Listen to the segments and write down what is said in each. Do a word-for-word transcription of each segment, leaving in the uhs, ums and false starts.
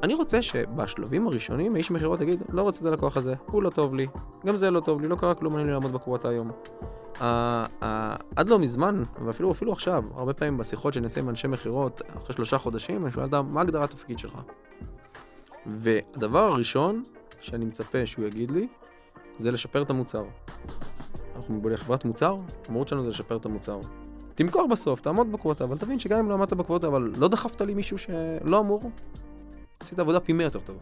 אני רוצה שבשלבים הראשונים, האיש מחירות יגיד, לא רוצה את הלקוח הזה, הוא לא טוב לי, גם זה לא טוב לי, לא קרה כלום, אני לא לעמוד בקווטה היום. עד לא מזמן, ואפילו אפילו עכשיו, הרבה פעמים בשיחות שאני עושה עם אנשי מחירות, אחרי שלושה חודשים, אני שואל אדם, מה הגדרת התפקיד שלך? והדבר הראשון שאני מצפה שהוא יגיד לי, זה לשפר את המוצר. אנחנו בחברת מוצר, המהות שלנו זה לשפר את המוצר. תמכור בסוף, תעמוד בקווטה, אבל תבין שגם אם לא עמדת בקווטה, אבל לא דחפת לי מישהו שלא אמור, עשית עבודה פי מאה יותר טוב.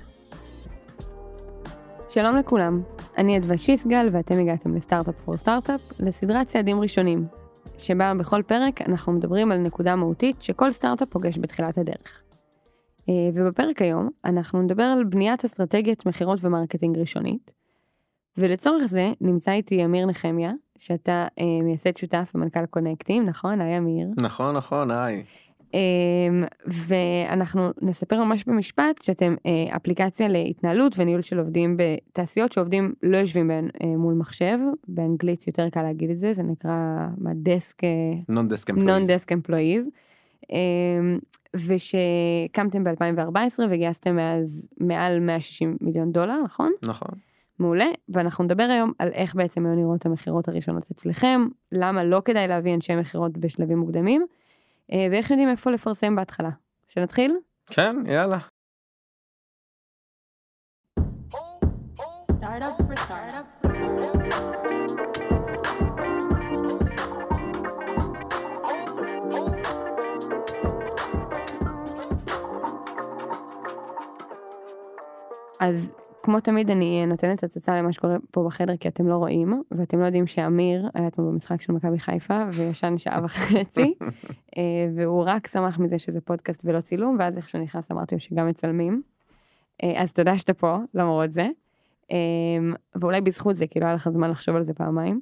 שלום לכולם, אני אדווה שיסגל ואתם הגעתם לסטארט-אפ פור סטארט-אפ, לסדרת צעדים ראשונים, שבה בכל פרק אנחנו מדברים על נקודה מהותית שכל סטארט-אפ פוגש בתחילת הדרך. ובפרק היום אנחנו נדבר על בניית אסטרטגיית מחירות ומרקטינג ראשונית, ולצורך זה נמצא איתי אמיר נחמיה, שאתה אה, מייסד שותף ומנכ"ל קונקטים, נכון? היי אמיר. נכון, נכון, היי. אה, ואנחנו נספר ממש במשפט שאתם אה, אפליקציה להתנהלות וניהול של עובדים בתעשיות שעובדים לא יושבים בין, אה, מול מחשב, באנגלית יותר קל להגיד את זה, זה נקרא מה דסק... Non-desk employees. Non-desk employees. אה, ושקמתם ב-אלפיים וארבע עשרה וגייסתם מאז מעל מאה ושישים מיליון דולר, נכון? נכון. מעולה, ואנחנו נדבר היום על איך בעצם היו נראות המחירות הראשונות אצלכם, למה לא כדאי להביא אנשי מחירות בשלבים מוקדמים, ואיך יודעים איפה לפרסם בהתחלה. שנתחיל? כן, יאללה. Startup for startup for startup. אז כמו תמיד אני נותנת הצצה למה שקורה פה בחדר, כי אתם לא רואים, ואתם לא יודעים שאמיר היה אתמול במשחק של מכבי חיפה, וישן שעה וחצי, והוא רק שמח מזה שזה פודקאסט ולא צילום, ואז איך שהוא נכנס אמרתי לו שגם מצלמים. אז תודה שאתה פה, למרות זה, ואולי בזכות זה, כי לא היה לך זמן לחשוב על זה פעמיים.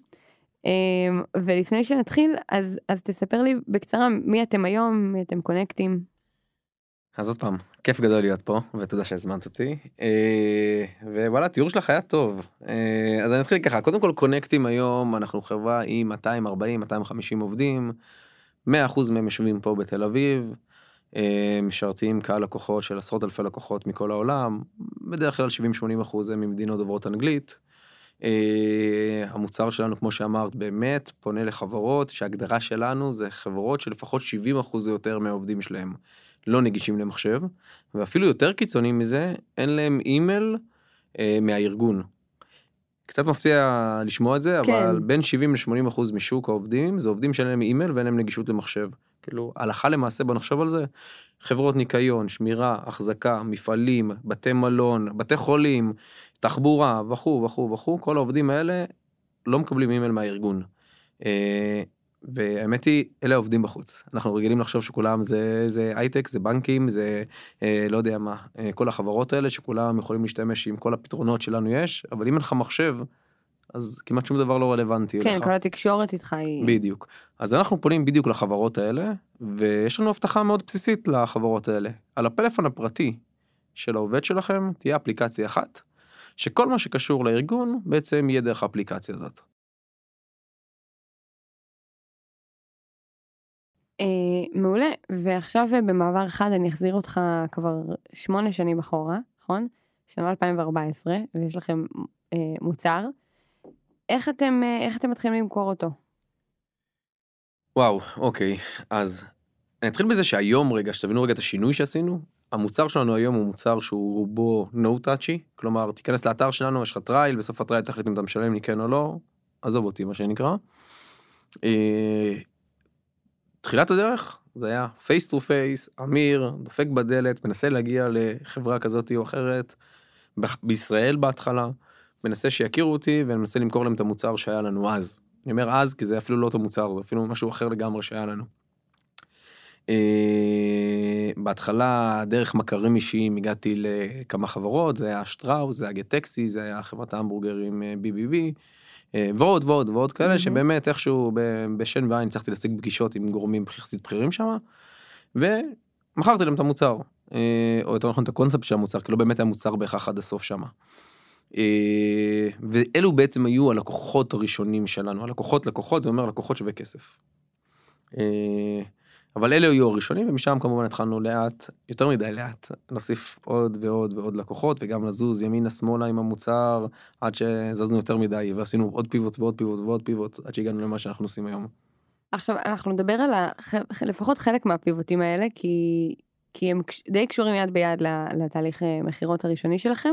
ולפני שנתחיל, אז, אז תספר לי בקצרה מי אתם היום, מי אתם קונקטים. אז עוד פעם, כיף גדול להיות פה, ותודה שהזמנת אותי. ווואלה, התיאור שלך היה טוב. אז אני אתחיל ככה, קודם כל קונקטים היום, אנחנו חברה עם מאתיים ארבעים מאתיים וחמישים עובדים, מאה אחוז מהם יושבים פה בתל אביב, משרתים קהל לקוחות של עשרות אלפי לקוחות מכל העולם, בדרך כלל שבעים שמונים אחוז הם ממדינות דוברות אנגלית. המוצר שלנו, כמו שאמרת, באמת פונה לחברות, שההגדרה שלנו זה חברות שלפחות שבעים אחוז או יותר מהעובדים שלהם. לא נגישים למחשב, ואפילו יותר קיצוני מזה, אין להם אימייל אה, מהארגון. קצת מפתיע לשמוע את זה, כן. אבל בין שבעים לשמונים אחוז משוק העובדים, זה עובדים שאין להם אימייל ואין להם נגישות למחשב. כאילו, הלכה למעשה, בוא נחשוב על זה, חברות ניקיון, שמירה, החזקה, מפעלים, בתי מלון, בתי חולים, תחבורה, וכו' וכו' וכו', כל העובדים האלה לא מקבלים אימייל מהארגון. אה, והאמת היא, אלה העובדים בחוץ. אנחנו רגילים לחשוב שכולם זה, זה הייטק, זה בנקים, זה אה, לא יודע מה, אה, כל החברות האלה שכולם יכולים להשתמש עם כל הפתרונות שלנו יש, אבל אם אין לך מחשב, אז כמעט שום דבר לא רלוונטי. כן, לך. כל התקשורת איתך היא... בדיוק. אז אנחנו פונים בדיוק לחברות האלה, ויש לנו הבטחה מאוד בסיסית לחברות האלה. על הפלאפון הפרטי של העובד שלכם, תהיה אפליקציה אחת, שכל מה שקשור לארגון בעצם יהיה דרך האפליקציה הזאת. Uh, מעולה, ועכשיו במעבר אחד אני אחזיר אותך כבר שמונה שנים אחורה, נכון? שנה אלפיים וארבע עשרה, ויש לכם uh, מוצר. איך אתם, uh, איך אתם מתחילים למכור אותו? וואו, אוקיי. אז אני אתחיל בזה שהיום רגע, שתבינו רגע את השינוי שעשינו, המוצר שלנו היום הוא מוצר שהוא רובו no touchy, כלומר, תיכנס לאתר שלנו, יש לך טרייל, בסוף הטרייל תחליט אם אתה משלם לי כן או לא, עזוב אותי, מה שנקרא. Uh, תחילת הדרך, זה היה פייס טו פייס, אמיר, דופק בדלת, מנסה להגיע לחברה כזאת או אחרת, ב- בישראל בהתחלה, מנסה שיכירו אותי, ומנסה למכור להם את המוצר שהיה לנו אז. אני אומר אז, כי זה אפילו לא אותו מוצר, זה אפילו משהו אחר לגמרי שהיה לנו. בהתחלה, דרך מכרים אישיים, הגעתי לכמה חברות, זה היה שטראוס, זה היה גט-טקסי, זה היה חברת ההמבורגרים בי בי בי, ועוד ועוד ועוד כאלה mm-hmm. שבאמת איכשהו בשן ועין צריכתי להשיג פגישות עם גורמים יחסית בכירים שם, ומכרתי להם את המוצר, או יותר נכון את הקונספט של המוצר, כי לא באמת היה מוצר בהכרח עד הסוף שם. ואלו בעצם היו הלקוחות הראשונים שלנו, הלקוחות לקוחות, זה אומר לקוחות שווה כסף. אבל אלה היו הראשונים, ומשם כמובן התחלנו לאט, יותר מדי לאט, להוסיף עוד ועוד ועוד לקוחות, וגם לזוז ימינה שמאלה עם המוצר, עד שזזנו יותר מדי, ועשינו עוד פיבוט ועוד פיבוט ועוד פיבוט, עד שהגענו למה שאנחנו עושים היום. עכשיו, אנחנו נדבר על הח... לפחות חלק מהפיבוטים האלה, כי, כי הם די קשורים יד ביד לתהליך מחירות הראשוני שלכם,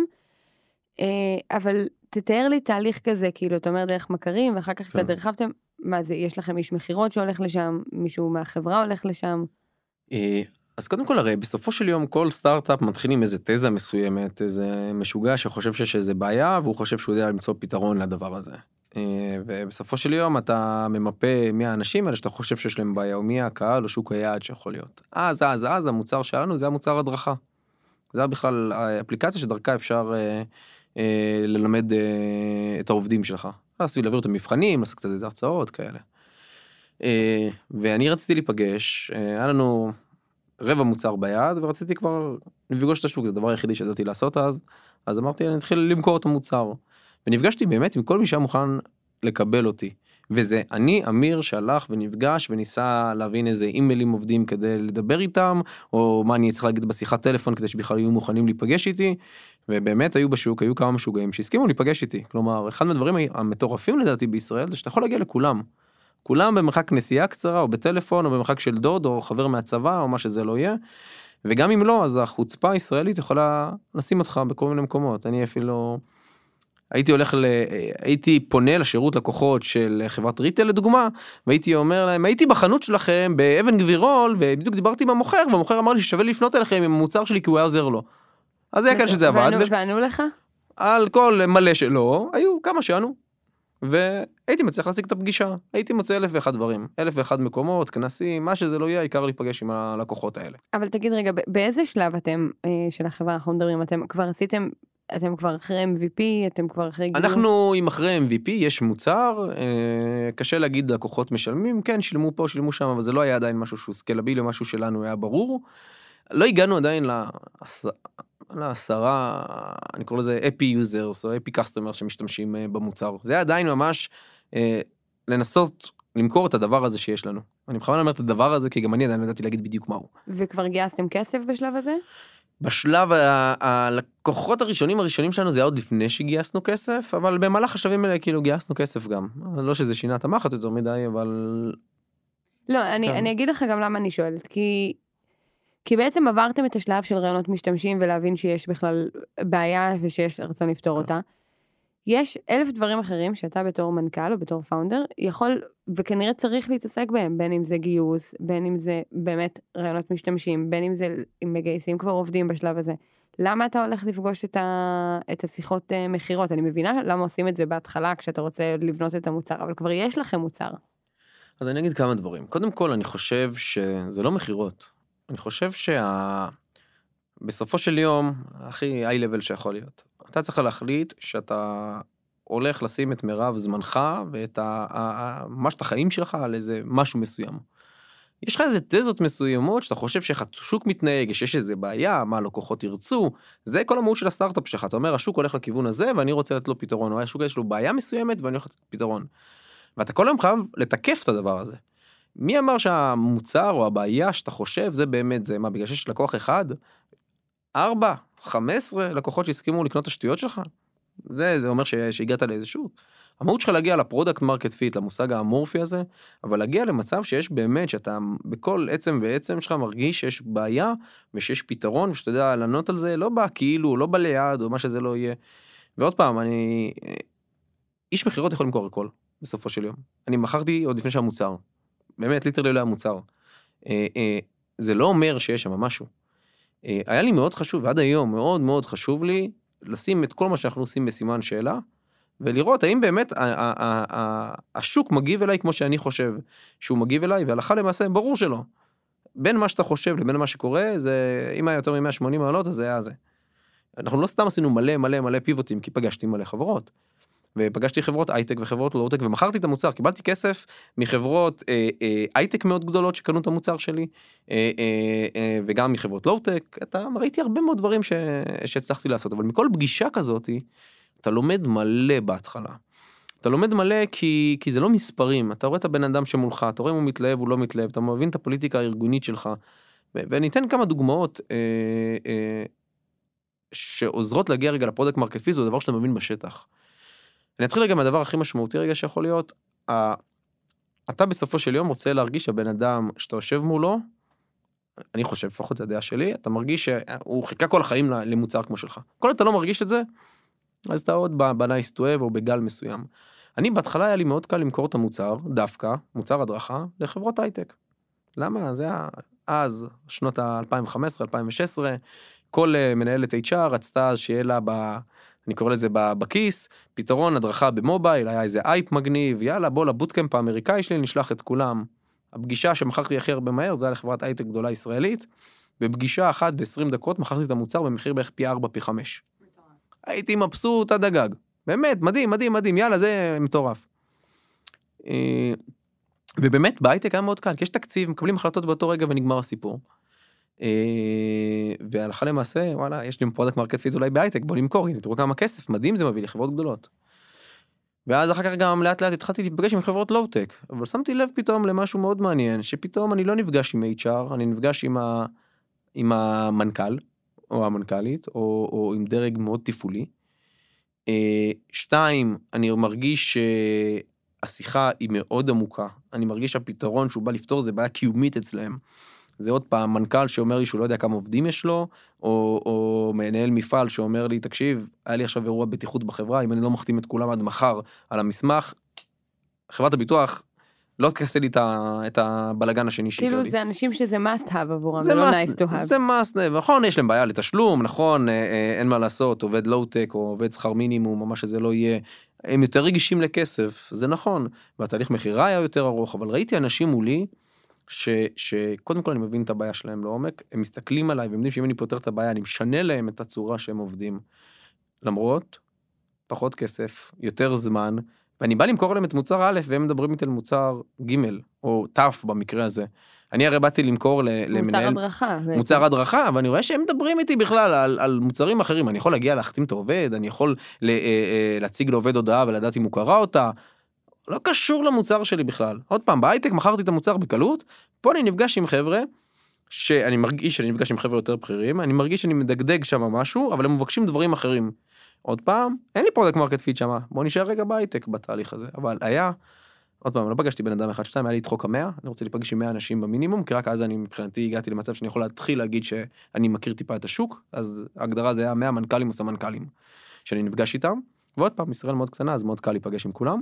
אבל תתאר לי תהליך כזה, כאילו, אתה אומר דרך מכרים, ואחר כך קצת הרחבתם, מה זה, יש לכם איש מחירות שהולך לשם, מישהו מהחברה הולך לשם? אז קודם כל, הרי בסופו של יום, כל סטארט-אפ מתחיל עם איזה תזה מסוימת, איזה משוגע שחושב שיש איזה בעיה, והוא חושב שהוא יודע למצוא פתרון לדבר הזה. ובסופו של יום אתה ממפה מי האנשים האלה שאתה חושב שיש להם בעיה, או מי הקהל או שוק היעד שיכול להיות. אז, אז, אז המוצר שלנו זה המוצר הדרכה. זה בכלל האפליקציה שדרכה אפשר אה, אה, ללמד אה, את העובדים שלך. אז להעביר את המבחנים, לעשות קצת איזה הרצאות כאלה. אה, ואני רציתי להיפגש, אה, היה לנו רבע מוצר ביד, ורציתי כבר לפגוש את השוק, זה הדבר היחידי שידעתי לעשות אז, אז אמרתי, אני אתחיל למכור את המוצר. ונפגשתי באמת עם כל מי שהיה מוכן לקבל אותי. וזה אני, אמיר, שהלך ונפגש וניסה להבין איזה אימיילים עובדים כדי לדבר איתם, או מה אני צריך להגיד בשיחת טלפון כדי שבכלל יהיו מוכנים להיפגש איתי, ובאמת היו בשוק, היו כמה משוגעים שהסכימו להיפגש איתי. כלומר, אחד מהדברים המטורפים לדעתי בישראל, זה שאתה יכול להגיע לכולם. כולם במרחק נסיעה קצרה, או בטלפון, או במרחק של דוד, או חבר מהצבא, או מה שזה לא יהיה. וגם אם לא, אז החוצפה הישראלית יכולה לשים אותך בכל מיני מקומות. אני אפילו הייתי הולך ל... הייתי פונה לשירות לקוחות של חברת ריטל לדוגמה, והייתי אומר להם, הייתי בחנות שלכם באבן גבירול, ובדיוק דיברתי עם המוכר, והמוכר אמר לי ששווה לפנות אליכם עם המוצר שלי, כי הוא היה עוזר לו. אז זה היה כאלה שזה עבד. וענו לך? על כל מלא שלא, היו כמה שענו. והייתי מצליח להשיג את הפגישה. הייתי מוצא אלף ואחד דברים. אלף ואחד מקומות, כנסים, מה שזה לא יהיה, העיקר להיפגש עם הלקוחות האלה. אבל תגיד רגע, באיזה שלב אתם, של החברה, אנחנו מדברים, אתם כבר עשיתם אתם כבר אחרי אם וי פי, אתם כבר אחרי גיוס? אנחנו עם אחרי אם וי פי, יש מוצר, אה, קשה להגיד לקוחות משלמים, כן, שילמו פה, שילמו שם, אבל זה לא היה עדיין משהו שהוא סקלבילי, משהו שלנו היה ברור. לא הגענו עדיין לעשרה, אני קורא לזה אפי users, או אפי customers שמשתמשים אה, במוצר. זה עדיין ממש אה, לנסות למכור את הדבר הזה שיש לנו. אני בכוונה אומר את הדבר הזה, כי גם אני עדיין ידעתי להגיד בדיוק מהו. וכבר גייסתם כסף בשלב הזה? בשלב, הלקוחות הראשונים הראשונים שלנו זה היה עוד לפני שגייסנו כסף, אבל במהלך השלבים האלה כאילו גייסנו כסף גם. לא שזה שינה את המחט יותר מדי, אבל... לא, אני, אני אגיד לך גם למה אני שואלת, כי, כי בעצם עברתם את השלב של רעיונות משתמשים, ולהבין שיש בכלל בעיה ושיש רצון לפתור אותה. יש אלף דברים אחרים שאתה בתור מנכ"ל או בתור פאונדר יכול וכנראה צריך להתעסק בהם, בין אם זה גיוס, בין אם זה באמת רעיונות משתמשים, בין אם זה אם מגייסים כבר עובדים בשלב הזה. למה אתה הולך לפגוש את, ה, את השיחות מחירות? אני מבינה למה עושים את זה בהתחלה כשאתה רוצה לבנות את המוצר, אבל כבר יש לכם מוצר. אז אני אגיד כמה דברים. קודם כל אני חושב שזה לא מחירות. אני חושב שה... בסופו של יום, הכי high level שיכול להיות. אתה צריך להחליט שאתה הולך לשים את מירב זמנך, ואת ה, ה, ממש את החיים שלך על איזה משהו מסוים. יש לך איזה תזות מסוימות, שאתה חושב שאיך השוק מתנהג, שיש איזה בעיה, מה לקוחות ירצו, זה כל המהות של הסטארט-אפ שלך. אתה אומר, השוק הולך לכיוון הזה, ואני רוצה לתת לו פתרון, או השוק יש לו בעיה מסוימת, ואני הולך לתת פתרון. ואתה כל היום חייב לתקף את הדבר הזה. מי אמר שהמוצר או הבעיה שאתה חושב, זה באמת זה, מה, בגלל שיש לקוח אחד, ארבע, חמש עשרה לקוחות שהסכימו לקנות את השטויות שלך? זה, זה אומר שהגעת לאיזשהו. המהות שלך להגיע לפרודקט מרקט פיט, למושג האמורפי הזה, אבל להגיע למצב שיש באמת, שאתה בכל עצם ועצם שלך מרגיש שיש בעיה, ושיש פתרון, ושאתה יודע לענות על זה, לא בא כאילו, לא בא ליד, או מה שזה לא יהיה. ועוד פעם, אני... איש מחירות יכול למכור הכל, בסופו של יום. אני מכרתי עוד לפני שהמוצר. באמת, ליטרלי לא היה מוצר. זה לא אומר שיש שם משהו. היה לי מאוד חשוב, ועד היום מאוד מאוד חשוב לי, לשים את כל מה שאנחנו עושים בסימן שאלה, ולראות האם באמת השוק מגיב אליי כמו שאני חושב שהוא מגיב אליי, והלכה למעשה ברור שלא. בין מה שאתה חושב לבין מה שקורה, זה, אם היה יותר מ-מאה ושמונים מעלות, אז זה היה זה. אנחנו לא סתם עשינו מלא מלא מלא פיבוטים, כי פגשתי מלא חברות. ופגשתי חברות הייטק וחברות לואו-טק, ומכרתי את המוצר, קיבלתי כסף מחברות אה, אה, הייטק מאוד גדולות שקנו את המוצר שלי, אה, אה, אה, וגם מחברות לואו-טק. אתה ראיתי הרבה מאוד דברים ש, שהצלחתי לעשות, אבל מכל פגישה כזאת, אתה לומד מלא בהתחלה. אתה לומד מלא כי, כי זה לא מספרים, אתה רואה את הבן אדם שמולך, אתה רואה אם הוא מתלהב, הוא לא מתלהב, אתה מבין את הפוליטיקה הארגונית שלך, ו- ואני אתן כמה דוגמאות, אה, אה, שעוזרות להגיע רגע לפרודקט מרקט פיט, זה דבר שאתה מבין בשטח. אני אתחיל רגע מהדבר הכי משמעותי רגע שיכול להיות, ה- אתה בסופו של יום רוצה להרגיש שהבן אדם שאתה יושב מולו, אני חושב, לפחות זה הדעה שלי, אתה מרגיש שהוא חיכה כל החיים למוצר כמו שלך. כל עוד אתה לא מרגיש את זה, אז אתה עוד בנייס טו האב או בגל מסוים. אני בהתחלה היה לי מאוד קל למכור את המוצר, דווקא, מוצר הדרכה, לחברות הייטק. למה? זה היה אז, שנות ה-אלפיים וחמש עשרה אלפיים ושש עשרה, כל מנהלת אייץ' אר רצתה שיהיה לה, ב, אני קורא לזה בכיס, פתרון הדרכה במובייל, היה איזה אייפ מגניב, יאללה בוא לבוטקאמפ האמריקאי שלי, נשלח את כולם. הפגישה שמכרתי הכי הרבה מהר, זה היה לחברת הייטק גדולה ישראלית, בפגישה אחת ב-עשרים דקות מכרתי את המוצר במחיר בערך פי ארבע, פי חמש. הייתי מבסוט עד הגג. באמת, מדהים, מדהים, מדהים, יאללה, זה מטורף. ובאמת, בהייטק היה מאוד קל, כי יש תקציב, מקבלים החלטות באותו רגע ונגמר הסיפור. והלכה למעשה, וואלה, יש לי פרודקט מרקט פיט אולי בהייטק, בוא נמכור, הנה, תראו כמה כסף, מדהים זה מביא לי, חברות גדולות. ואז אחר כך גם לאט לאט התחלתי להיפגש עם חברות לואו-טק, אבל שמתי לב פתאום למשהו מאוד מעניין, שפתאום אני לא נפגש עם אייץ' אר, אני נפגש עם, ה... עם המנכ"ל, או המנכ"לית, או, או עם דרג מאוד טיפולי. שתיים, אני מרגיש שהשיחה היא מאוד עמוקה, אני מרגיש שהפתרון שהוא בא לפתור זה בעיה קיומית אצלהם. זה עוד פעם מנכ"ל שאומר לי שהוא לא יודע כמה עובדים יש לו, או, או מנהל מפעל שאומר לי, תקשיב, היה לי עכשיו אירוע בטיחות בחברה, אם אני לא מחתים את כולם עד מחר על המסמך, חברת הביטוח לא תכסה לי את הבלגן השני שיקר לי. כאילו זה אנשים שזה must have עבורם, זה לא nice to have. זה must have, נכון, יש להם בעיה לתשלום, נכון, אין מה לעשות, עובד לואו-טק או עובד שכר מינימום, או מה שזה לא יהיה, הם יותר רגישים לכסף, זה נכון, והתהליך מחירה היה יותר ארוך, אבל ראיתי אנשים מולי, ש, שקודם כל אני מבין את הבעיה שלהם לעומק, הם מסתכלים עליי, והם יודעים שאם אני פותר את הבעיה, אני משנה להם את הצורה שהם עובדים, למרות, פחות כסף, יותר זמן, ואני בא למכור להם את מוצר א', והם מדברים איתי על מוצר ג' או ת' במקרה הזה. אני הרי באתי למכור למנהל... מוצר הדרכה. מוצר הדרכה, ואני רואה שהם מדברים איתי בכלל על, על מוצרים אחרים. אני יכול להגיע להחתים את העובד, אני יכול להציג לעובד הודעה ולדעת אם הוא קרא אותה. לא קשור למוצר שלי בכלל. עוד פעם, בהייטק מכרתי את המוצר בקלות, פה אני נפגש עם חבר'ה, שאני מרגיש שאני נפגש עם חבר'ה יותר בכירים, אני מרגיש שאני מדגדג שם משהו, אבל הם מבקשים דברים אחרים. עוד פעם, אין לי פרודקט מרקט פיט שם, בוא נשאר רגע בהייטק בתהליך הזה, אבל היה, עוד פעם, לא פגשתי בן אדם אחד שתיים, היה לי את חוק המאה, אני רוצה להיפגש עם מאה אנשים במינימום, כי רק אז אני מבחינתי הגעתי למצב שאני יכול להתחיל להגיד שאני מכיר טיפה את השוק, אז ההגדרה זה היה מאה מנכ"לים או סמנכ"לים, שאני נפגש איתם, ועוד פעם, ישראל מאוד קטנה, אז מאוד קל להיפגש עם כולם,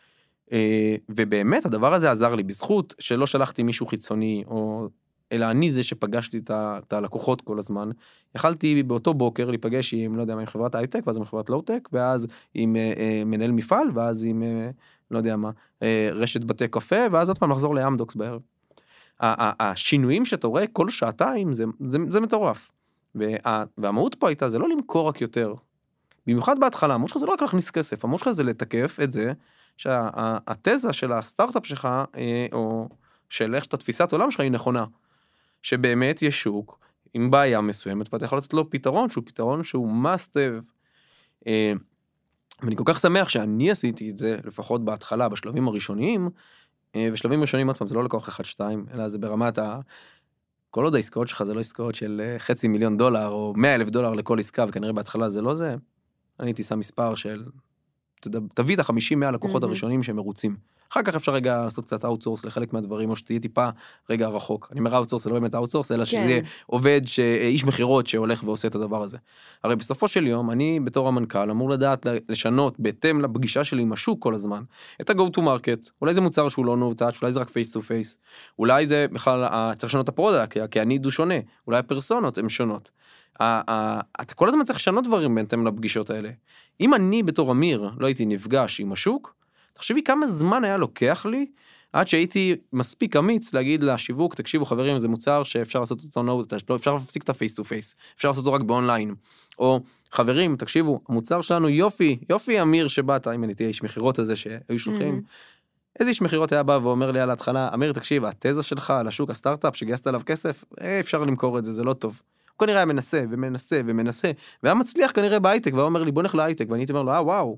ובאמת הדבר הזה עזר לי, בזכות שלא שלחתי מישהו חיצוני, או אלא אני זה שפגשתי את הלקוחות כל הזמן, יכלתי באותו בוקר להיפגש עם, לא יודע מה, עם חברת הייטק, ואז עם חברת לואו-טק, ואז עם אה, מנהל מפעל, ואז עם, אה, לא יודע מה, אה, רשת בתי קפה, ואז עוד פעם לחזור לאמדוקס בערב. השינויים שאתה רואה כל שעתיים, זה, זה, זה מטורף. וה, והמהות פה הייתה, זה לא למכור רק יותר. במיוחד בהתחלה, המהות שלך זה לא רק להכניס כסף, המהות שלך זה לתקף את זה, שהתזה של הסטארט-אפ שלך, אה, או של איך את התפיסת עולם שלך היא נכונה. שבאמת יש שוק עם בעיה מסוימת, ואתה יכול לתת לו פתרון, שהוא פתרון שהוא must have. ואני כל כך שמח שאני עשיתי את זה, לפחות בהתחלה, בשלבים הראשוניים, בשלבים הראשונים, עוד פעם, זה לא לקוח אחד שתיים, אלא זה ברמת ה... כל עוד העסקאות שלך זה לא עסקאות של חצי מיליון דולר, או מאה אלף דולר לכל עסקה, וכנראה בהתחלה זה לא זה, אני הייתי שם מספר של... תביא את החמישים מאה לקוחות הראשונים שהם מרוצים. אחר כך אפשר רגע לעשות קצת אאוטסורס לחלק מהדברים, או שתהיה טיפה רגע רחוק. אני אומר אאוטסורס, זה לא באמת אאוטסורס, אלא שזה עובד, איש מחירות שהולך ועושה את הדבר הזה. הרי בסופו של יום, אני בתור המנכ"ל אמור לדעת לשנות, בהתאם לפגישה שלי עם השוק כל הזמן, את ה-go to market. אולי זה מוצר שהוא לא no-touch, אולי זה רק face to face. אולי זה בכלל, צריך לשנות את הפרודקט, כי הניד הוא שונה. אולי הפרסונות הן שונות. אתה כל הזמן צריך לשנות דברים בהתאם לפגישות האלה. אם אני בתור אמיר לא הייתי נפגש עם השוק, תחשבי כמה זמן היה לוקח לי, עד שהייתי מספיק אמיץ להגיד לשיווק, תקשיבו חברים, זה מוצר שאפשר לעשות אותו נוט, לא אפשר להפסיק את הפייס טו פייס, אפשר לעשות אותו רק באונליין, או חברים, תקשיבו, המוצר שלנו יופי, יופי אמיר שבאת, אם אני תהיה איש מחירות הזה שהיו שולחים, איזה איש מחירות היה בא ואומר לי על ההתחלה, אמיר תקשיב, התזה שלך על השוק הסטארט-אפ שגייסת עליו כסף, אפשר למכור את זה, זה לא טוב. הוא כנראה מנסה ומנסה ומנסה, והיה מצליח כנראה בהייטק, והוא אומר לי בוא נלך להייטק, ואני הייתי אומר לו, אה וואו,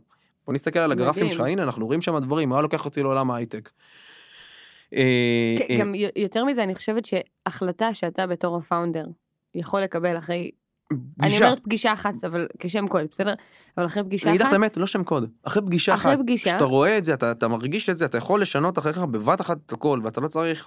בוא נסתכל על הגרפים שלך, הנה, אנחנו רואים שם דברים, מה לוקח אותי לעולם ההייטק. גם יותר מזה, אני חושבת שהחלטה שאתה בתור הפאונדר יכול לקבל אחרי, אני אומרת פגישה אחת, אבל כשם קוד, בסדר? אבל אחרי פגישה אחת, אני אגיד לך באמת, לא שם קוד, אחרי פגישה אחת, כשאתה רואה את זה, אתה מרגיש את זה, אתה יכול לשנות אחריך בבת אחת את הכל, ואתה לא צריך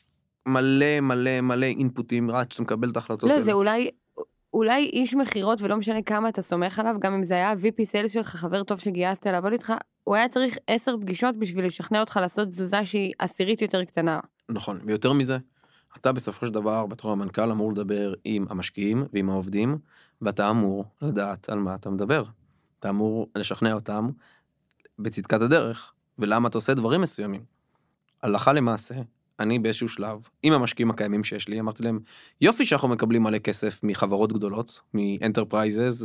מלא מלא מלא אינפוטים, רק שאתה מקבל את ההחלטות. לא, זה אולי, אולי איש מחירות, ולא משנה כמה אתה סומך עליו, גם אם זה היה וי פי סיילס שלך, חבר טוב שגייסת לעבוד איתך, הוא היה צריך עשר פגישות בשביל לשכנע אותך לעשות תזוזה שהיא עשירית יותר קטנה. נכון, ויותר מזה, אתה בסופו של דבר, בתור המנכ"ל, אמור לדבר עם המשקיעים ועם העובדים, ואתה אמור לדעת על מה אתה מדבר. אתה אמור לשכנע אותם בצדקת הדרך, ולמה אתה עושה דברים מסוימים. הלכה למעשה, אני באיזשהו שלב, עם המשקיעים הקיימים שיש לי, אמרתי להם, יופי שאנחנו מקבלים מלא כסף מחברות גדולות, מ-enterprises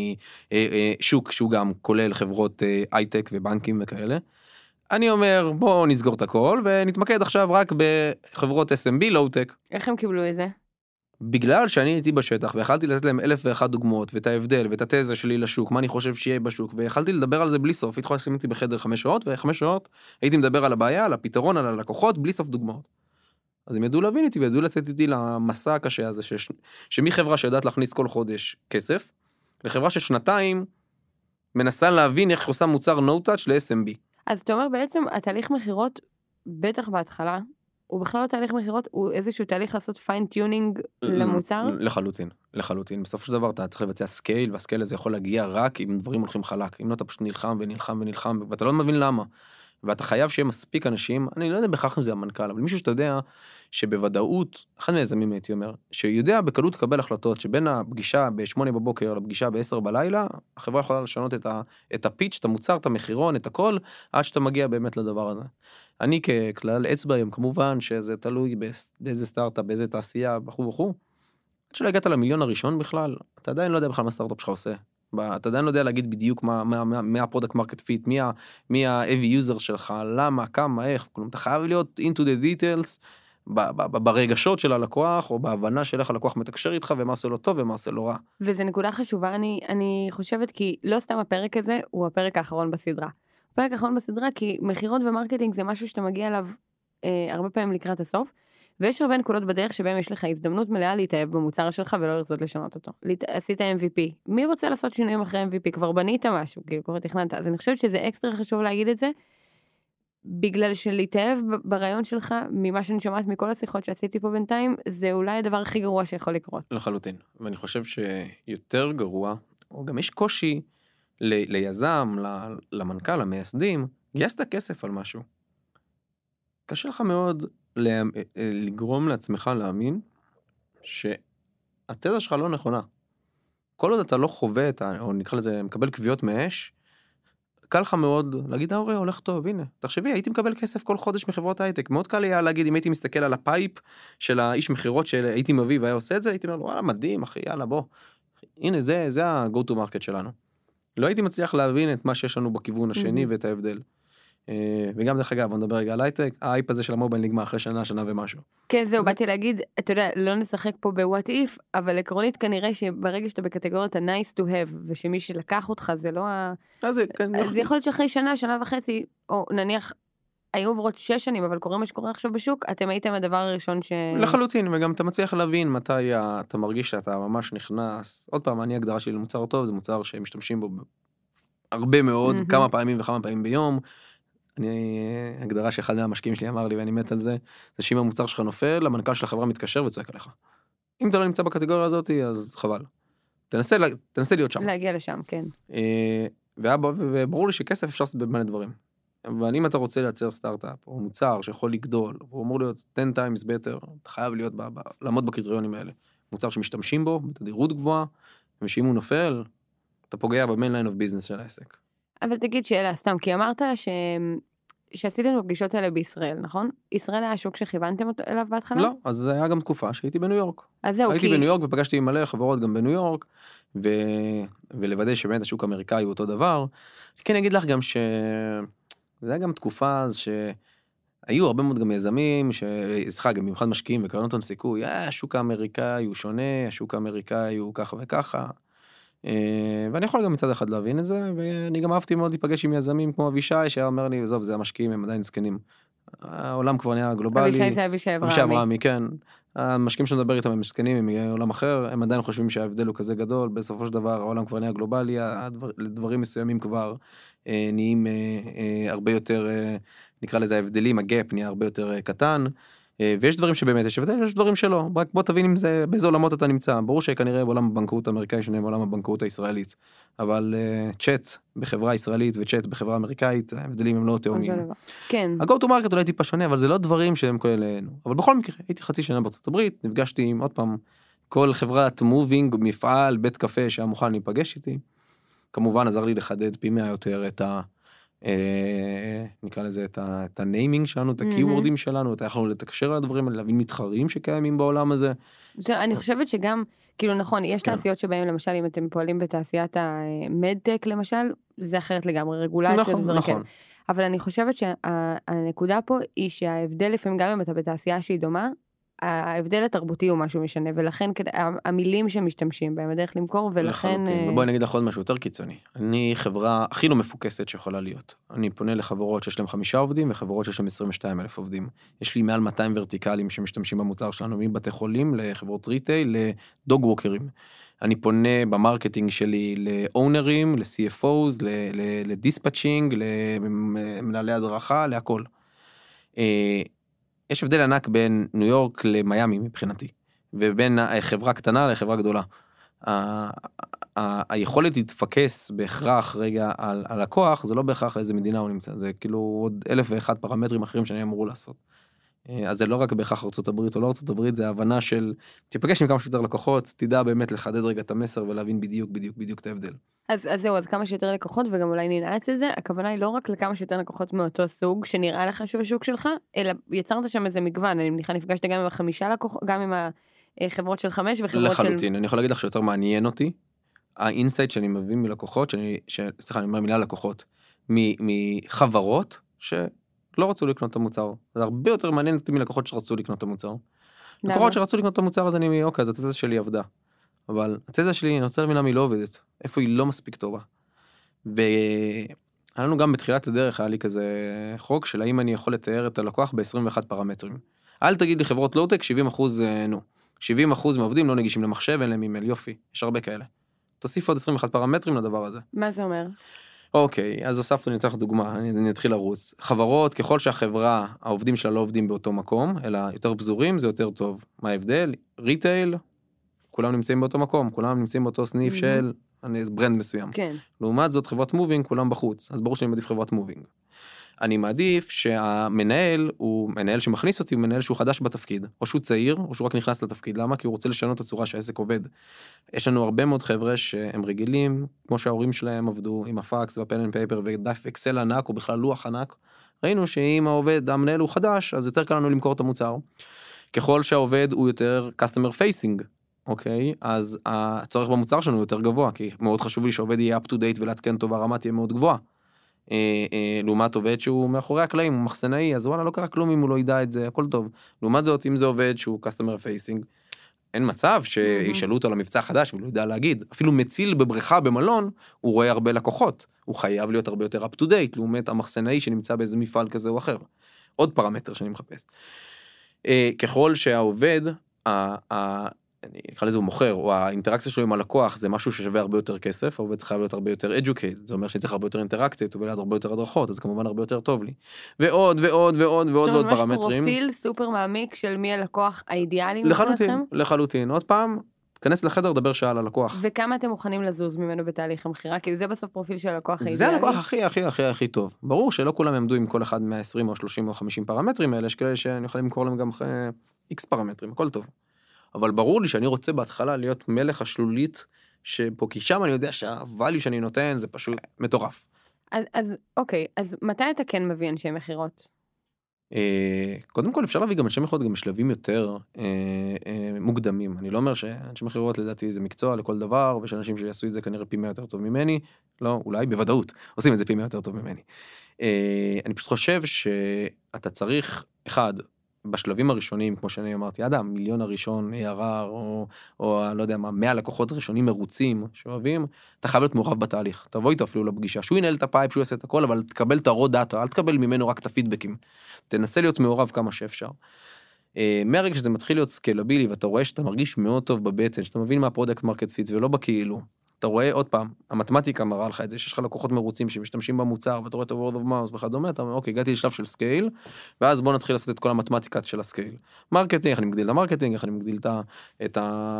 ומשוק שהוא גם כולל חברות הייטק ובנקים וכאלה. אני אומר, בואו נסגור את הכל, ונתמקד עכשיו רק בחברות אס אם בי, לואו-טק. איך הם קיבלו את זה? בגלל שאני הייתי בשטח, ויכלתי לתת להם אלף ואחת דוגמאות, ואת ההבדל, ואת התזה שלי לשוק, מה אני חושב שיהיה בשוק, ויכלתי לדבר על זה בלי סוף. הייתי יכול לשים אותי בחדר חמש שעות, וחמש שעות הייתי מדבר על הבעיה, על הפתרון, על הלקוחות, בלי סוף דוגמאות. אז הם ידעו להבין איתי, וידעו לצאת איתי למסע הקשה הזה, ש... שמחברה שיודעת להכניס כל חודש כסף, לחברה ששנתיים מנסה להבין איך עושה מוצר no-touch ל-אס אם בי. אז אתה אומר בעצם, התהליך מחירות, בטח בהתחלה, הוא בכלל לא תהליך מחירות, הוא איזשהו תהליך לעשות פיין-טיונינג למוצר? לחלוטין, לחלוטין. בסופו של דבר אתה צריך לבצע סקייל, והסקייל הזה יכול להגיע רק אם דברים הולכים חלק. אם לא, אתה פשוט נלחם ונלחם ונלחם, ואתה לא מבין למה. ואתה חייב שיהיה מספיק אנשים, אני לא יודע בכך אם זה המנכ"ל, אבל מישהו שאתה יודע שבוודאות, אחד מהיזמים הייתי אומר, שיודע בקלות לקבל החלטות, שבין הפגישה בשמונה בבוקר לפגישה בעשר בלילה, החברה יכולה לשנות את, ה, את הפיץ', את המוצר, את המחירון, את הכל, עד שאתה מגיע באמת לדבר הזה. אני ככלל אצבע היום, כמובן שזה תלוי באיזה סטארט-אפ, באיזה תעשייה, וכו' וכו'. עד שלא הגעת למיליון הראשון בכלל, אתה עדיין לא יודע בכלל מה סטארט-אפ שלך עושה. אתה עדיין לא יודע להגיד בדיוק מה, מה, מה, מה הפרודקט מרקט פיט, מי ה, מי ה-heavy user שלך, למה, כמה, איך, כלום, אתה חייב להיות into the details, ב, ב, ב, ברגשות של הלקוח, או בהבנה של איך הלקוח מתקשר איתך, ומה עושה לו טוב ומה עושה לו רע. וזה נקודה חשובה, אני, אני חושבת, כי לא סתם הפרק הזה, הוא הפרק האחרון בסדרה. הפרק האחרון בסדרה, כי מחירות ומרקטינג זה משהו שאתה מגיע אליו אה, הרבה פעמים לקראת הסוף, ויש הרבה נקודות בדרך שבהם יש לך הזדמנות מלאה להתאהב במוצר שלך ולא לרצות לשנות אותו. עשית אם וי פי. מי רוצה לעשות שינויים אחרי אם וי פי? כבר בנית משהו, כאילו כבר תכננת. אז אני חושבת שזה אקסטרה חשוב להגיד את זה, בגלל שלהתאהב ברעיון שלך, ממה שאני שומעת מכל השיחות שעשיתי פה בינתיים, זה אולי הדבר הכי גרוע שיכול לקרות. לחלוטין. ואני חושב שיותר גרוע, או גם יש קושי ל- ליזם, ל- למנכ"ל, למייסדים, גייסת כסף על משהו. קשה לך מאוד לגרום לעצמך להאמין שהתזה שלך לא נכונה. כל עוד אתה לא חווה את, או נקרא לזה, מקבל קביעות מאש, קל לך מאוד להגיד, ההורי, הולך טוב, הנה, תחשבי, הייתי מקבל כסף כל חודש מחברות הייטק, מאוד קל היה להגיד, אם הייתי מסתכל על הפייפ של האיש מחירות שהייתי מביא והיה עושה את זה, הייתי אומר לו, וואלה, מדהים, אחי, יאללה, בוא. הנה, זה, זה ה-go to market שלנו. לא הייתי מצליח להבין את מה שיש לנו בכיוון השני ואת ההבדל. וגם דרך אגב, בוא נדבר רגע על הייטק, האייפ הזה של המובייל נגמר אחרי שנה, שנה ומשהו. כן, זהו, באתי להגיד, אתה יודע, לא נשחק פה ב-what if, אבל עקרונית כנראה שברגע שאתה בקטגוריית ה-nice to have, ושמי שלקח אותך זה לא ה... אז זה יכול להיות שאחרי שנה, שנה וחצי, או נניח, היו עוברות שש שנים, אבל קוראים מה שקורה עכשיו בשוק, אתם הייתם הדבר הראשון ש... לחלוטין, וגם אתה מצליח להבין מתי אתה מרגיש שאתה ממש נכנס. עוד פעם, אני הגדרה שלי למוצר טוב, זה מוצר שמשתמשים בו הרבה מאוד, כמה פעמים וכמה פעמים ביום. אני, הגדרה שאחד מהמשקיעים שלי אמר לי, ואני מת על זה, זה שאם המוצר שלך נופל, המנכ"ל של החברה מתקשר וצועק עליך. אם אתה לא נמצא בקטגוריה הזאת, אז חבל. תנסה, תנסה להיות שם. להגיע לשם, כן. וברור לי שכסף אפשר לעשות במלא דברים. אבל אם אתה רוצה לייצר סטארט-אפ, או מוצר שיכול לגדול, הוא אמור להיות עשר times better, אתה חייב להיות, ב, ב, לעמוד בקריטריונים האלה. מוצר שמשתמשים בו, בתדירות גבוהה, ושאם הוא נופל, אתה פוגע במיין ליין אוף ביזנס של העסק. אבל תגיד שאלה, סתם, כי אמרת ש... שעשיתם בפגישות האלה בישראל, נכון? ישראל היה השוק שכיוונתם אליו בהתחלה? לא, אז זה היה גם תקופה שהייתי בניו יורק. אז זהו, הייתי כי... בניו יורק ופגשתי עם מלא חברות גם בניו יורק, ו... ולוודא שבאמת השוק האמריקאי הוא אותו דבר. כן, אני אגיד לך גם ש... זה היה גם תקופה שהיו הרבה מאוד גם יזמים, שזכה גם במיוחד משקיעים וקרנות הון סיכוי, השוק האמריקאי הוא שונה, השוק האמריקאי הוא ככה וככה. ואני יכול גם מצד אחד להבין את זה, ואני גם אהבתי מאוד להיפגש עם יזמים כמו אבישי, שהיה אומר לי, וזוב, זה המשקיעים, הם עדיין זקנים. העולם כבר נהיה גלובלי. אבישי זה אבישי אברהמי. אבישי אברהמי, כן. המשקיעים שנדבר איתם הם זקנים, הם יהיה עולם אחר, הם עדיין חושבים שההבדל הוא כזה גדול, בסופו של דבר העולם כבר נהיה גלובלי, לדברים מסוימים כבר נהיים הרבה יותר, נקרא לזה ההבדלים, הגאפ נהיה הרבה יותר קטן, ויש דברים שבאמת יש הבדל, יש דברים שלא, רק בוא תבין אם זה, באיזה עולמות אתה נמצא, ברור שכנראה בעולם הבנקאות האמריקאי שונה בעולם הבנקאות הישראלית, אבל צ'אט בחברה ישראלית וצ'אט בחברה אמריקאית, ההבדלים הם לא תאומים. כן. ה-go to market אולי טיפה שונה, אבל זה לא דברים שהם כולנו. אבל בכל מקרה, הייתי חצי שנה בארצות הברית, נפגשתי עם עוד פעם, כל חברת מובינג, מפעל, בית קפה שהיה מוכן להיפגש איתי, כמובן עזר לי לחדד פי מאה יותר את ה... נקרא לזה את הניימינג שלנו, את הקיוורדים שלנו, אתה יכולנו לתקשר על הדברים, להבין מתחרים שקיימים בעולם הזה. אני חושבת שגם, כאילו נכון, יש תעשיות שבהם למשל, אם אתם פועלים בתעשיית המדטק למשל, זה אחרת לגמרי, רגולציה ודברים כאלה. אבל אני חושבת שהנקודה פה היא שההבדל לפעמים גם אם אתה בתעשייה שהיא דומה, ההבדל התרבותי הוא משהו משנה, ולכן המילים שמשתמשים בהם, הדרך למכור, ולכן... ובואי נגיד לך עוד משהו יותר קיצוני. אני חברה הכי לא מפוקסת שיכולה להיות. אני פונה לחברות שיש להם חמישה עובדים, וחברות שיש להם עשרים ושניים אלף עובדים. יש לי מעל מאתיים ורטיקלים שמשתמשים במוצר שלנו, מבתי חולים, לחברות ריטייל, לדוג ווקרים. אני פונה במרקטינג שלי לאונרים, ל-סי אף או'ס, לדיספאצ'ינג, למנהלי הדרכה, להכל. יש הבדל ענק בין ניו יורק למיימי מבחינתי, ובין חברה קטנה לחברה גדולה. היכולת להתפקס בהכרח רגע על הלקוח, זה לא בהכרח איזה מדינה הוא נמצא, זה כאילו עוד אלף ואחד פרמטרים אחרים שאני אמור לעשות. אז זה לא רק בהכרח ארצות הברית או לא ארצות הברית, זה ההבנה של, תיפגש עם כמה שיותר לקוחות, תדע באמת לחדד רגע את המסר ולהבין בדיוק, בדיוק, בדיוק את ההבדל. אז, אז זהו, אז כמה שיותר לקוחות, וגם אולי ננעץ את זה, הכוונה היא לא רק לכמה שיותר לקוחות מאותו סוג, שנראה לך שהוא השוק שלך, אלא יצרת שם איזה מגוון, אני מניחה נפגשת גם עם החמישה לקוחות, גם עם החברות של חמש וחברות לחלוטין, של... לחלוטין, אני יכול להגיד לך שיותר מעניין אותי, האינסייט שאני מביא מלקוחות, שאני, ש... סליחה, אני אומר מילה לקוחות, מחברות ש... לא רצו לקנות את המוצר. זה הרבה יותר מעניין אותי מלקוחות שרצו לקנות את המוצר. לקוחות שרצו לקנות את המוצר, אז אני, אוקיי, אז התזה שלי עבדה. אבל התזה שלי, אני רוצה להבין למה היא לא עובדת. איפה היא לא מספיק טובה. והיה לנו גם בתחילת הדרך, היה לי כזה חוק של האם אני יכול לתאר את הלקוח ב-עשרים ואחד פרמטרים. אל תגיד לי חברות לואו-טק, שבעים אחוז נו. שבעים אחוז מהעובדים לא נגישים למחשב, אין להם אימייל, יופי. יש הרבה כאלה. תוסיף עוד עשרים ואחד פרמטרים לדבר הזה. מה זה אומר? אוקיי, אז הוספנו, אני אתן לך דוגמה, אני, אני אתחיל לרוץ. חברות, ככל שהחברה, העובדים שלה לא עובדים באותו מקום, אלא יותר פזורים, זה יותר טוב. מה ההבדל? ריטייל, כולם נמצאים באותו מקום, כולם נמצאים באותו סניף mm-hmm. של ברנד מסוים. כן. לעומת זאת, חברת מובינג, כולם בחוץ. אז ברור שאני מעדיף חברת מובינג. אני מעדיף שהמנהל, הוא מנהל שמכניס אותי, הוא מנהל שהוא חדש בתפקיד, או שהוא צעיר, או שהוא רק נכנס לתפקיד. למה? כי הוא רוצה לשנות את הצורה שהעסק עובד. יש לנו הרבה מאוד חבר'ה שהם רגילים, כמו שההורים שלהם עבדו עם הפקס והפן אנד פייפר ודף אקסל ענק, או בכלל לוח ענק. ראינו שאם העובד, המנהל הוא חדש, אז יותר קל לנו למכור את המוצר. ככל שהעובד הוא יותר customer facing, אוקיי? אז הצורך במוצר שלנו יותר גבוה, כי מאוד חשוב לי שעובד יהיה up to date ולעדכן טוב, הרמה תהיה מאוד גבוהה. אה, אה, לעומת עובד שהוא מאחורי הקלעים, הוא מחסנאי, אז וואלה, לא קרה כלום אם הוא לא ידע את זה, הכל טוב. לעומת זאת, אם זה עובד שהוא customer facing, אין מצב שישאלו אותו על המבצע החדש, ולא ידע להגיד. אפילו מציל בבריכה במלון, הוא רואה הרבה לקוחות. הוא חייב להיות הרבה יותר up to date, לעומת המחסנאי שנמצא באיזה מפעל כזה או אחר. עוד פרמטר שאני מחפש. אה, ככל שהעובד, ה, ה, אני אקרא לזה הוא מוכר, או האינטראקציה שלו עם הלקוח, זה משהו ששווה הרבה יותר כסף, העובד חייב להיות הרבה יותר educated, זה אומר שצריך הרבה יותר אינטראקציות, וליד הרבה יותר הדרכות, אז כמובן הרבה יותר טוב לי. ועוד, ועוד, ועוד, ועוד, ועוד פרמטרים. פרופיל סופר מעמיק של מי הלקוח האידיאלי לחלוטין, לחלוטין. עוד פעם, תכנס לחדר, דבר שעה על הלקוח. וכמה אתם מוכנים לזוז ממנו בתהליך המחירה? כי זה בסוף פרופיל של הלקוח האידיאלי. זה הלקוח הכי, הכי, הכי, הכי טוב. ברור שלא כולם יעמדו עם כל אחד מאה-עשרים או שלושים או חמישים פרמטרים האלה, יש כאלה שאני יכול למכור להם גם X פרמטרים, הכל טוב. אבל ברור לי שאני רוצה בהתחלה להיות מלך השלולית, שפה כי שם אני יודע שהvalue שאני נותן זה פשוט מטורף. אז, אז אוקיי, אז מתי אתה כן מביא אנשי מחירות? אה, קודם כל אפשר להביא גם אנשי מחירות גם בשלבים יותר אה, אה, מוקדמים. אני לא אומר שאנשי מחירות לדעתי זה מקצוע לכל דבר, ושאנשים שיעשו את זה כנראה פי מאה יותר טוב ממני, לא, אולי בוודאות עושים את זה פי מאה יותר טוב ממני. אה, אני פשוט חושב שאתה צריך, אחד, בשלבים הראשונים, כמו שאני אמרתי, עד המיליון הראשון, A R R, או, או לא יודע מה, מאה לקוחות ראשונים מרוצים, שאוהבים, אתה חייב להיות מעורב בתהליך, תבוא איתו אפילו לפגישה, שהוא ינהל את הפייפ, שהוא יעשה את הכל, אבל תקבל את הרוד דאטה, אל תקבל ממנו רק את הפידבקים, תנסה להיות מעורב כמה שאפשר. מהרגע שזה מתחיל להיות סקלבילי, ואתה רואה שאתה מרגיש מאוד טוב בבטן, שאתה מבין מה הפרודקט מרקט פיט, ולא בכאילו, אתה רואה עוד פעם, המתמטיקה מראה לך את זה, שיש לך לקוחות מרוצים שמשתמשים במוצר, ואתה רואה את ה-word of mouth וכדומה, אתה אומר, אוקיי, הגעתי לשלב של סקייל, ואז בוא נתחיל לעשות את כל המתמטיקה של הסקייל. מרקטינג, איך אני מגדיל את המרקטינג, איך אני מגדיל את, את,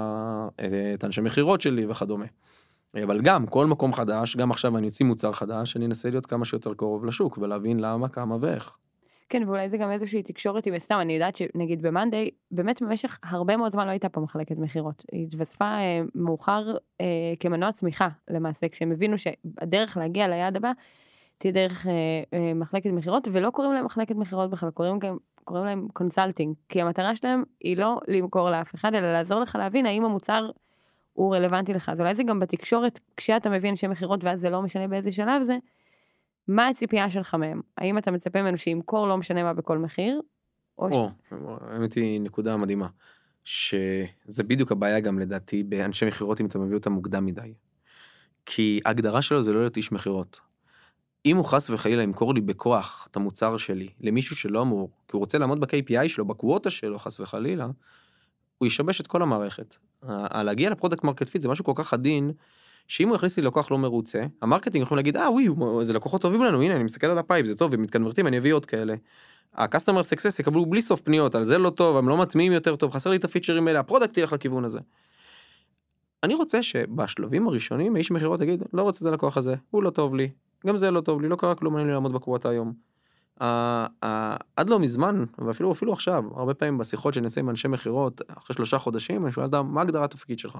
את אנשי מחירות שלי וכדומה. אבל גם, כל מקום חדש, גם עכשיו אני יוציא מוצר חדש, אני אנסה להיות כמה שיותר קרוב לשוק, ולהבין למה, כמה ואיך. כן, ואולי זה גם איזושהי תקשורת עם סתם, אני יודעת שנגיד במנדי, באמת במשך הרבה מאוד זמן לא הייתה פה מחלקת מחירות. היא התווספה אה, מאוחר אה, כמנוע צמיחה, למעשה, כשהם הבינו שהדרך להגיע ליעד הבא, תהיה דרך אה, אה, מחלקת מחירות, ולא קוראים להם מחלקת מחירות בכלל, קוראים, קוראים להם קונסלטינג, כי המטרה שלהם היא לא למכור לאף אחד, אלא לעזור לך להבין האם המוצר הוא רלוונטי לך. אז אולי זה גם בתקשורת, כשאתה מבין שמחירות, ואז זה לא משנה באיזה שלב זה, מה הציפייה שלך מהם? האם אתה מצפה ממנו שימכור לא משנה מה בכל מחיר? או, האמת היא נקודה מדהימה, שזה בדיוק הבעיה גם לדעתי באנשי מחירות אם אתה מביא אותם מוקדם מדי. כי ההגדרה שלו זה לא להיות איש מחירות. אם הוא חס וחלילה ימכור לי בכוח את המוצר שלי למישהו שלא אמור, כי הוא רוצה לעמוד ב-K P I שלו, בקווטה שלו, חס וחלילה, הוא ישבש את כל המערכת. להגיע לפרודקט מרקט פיט זה משהו כל כך עדין, שאם הוא יכניס לי לקוח לא מרוצה, המרקטינג יכולים להגיד, אה, וואי, זה לקוחות טובים לנו, הנה, אני מסתכל על הפייפ, זה טוב, הם מתקנברטים, אני אביא עוד כאלה. ה-customer success יקבלו בלי סוף פניות, על זה לא טוב, הם לא מטמיעים יותר טוב, חסר לי את הפיצ'רים האלה, הפרודקט ילך לכיוון הזה. אני רוצה שבשלבים הראשונים, האיש מחירות יגיד, לא רוצה את הלקוח הזה, הוא לא טוב לי, גם זה לא טוב לי, לא קרה כלום, אני לא לעמוד בקווטה היום. עד לא מזמן, ואפילו אפילו עכשיו, הרבה פעמים בשיחות שנעשה עם אנשי מחירות, אחרי שלושה חודשים, אני שואל אדם, מה הגדרת התפקיד שלך?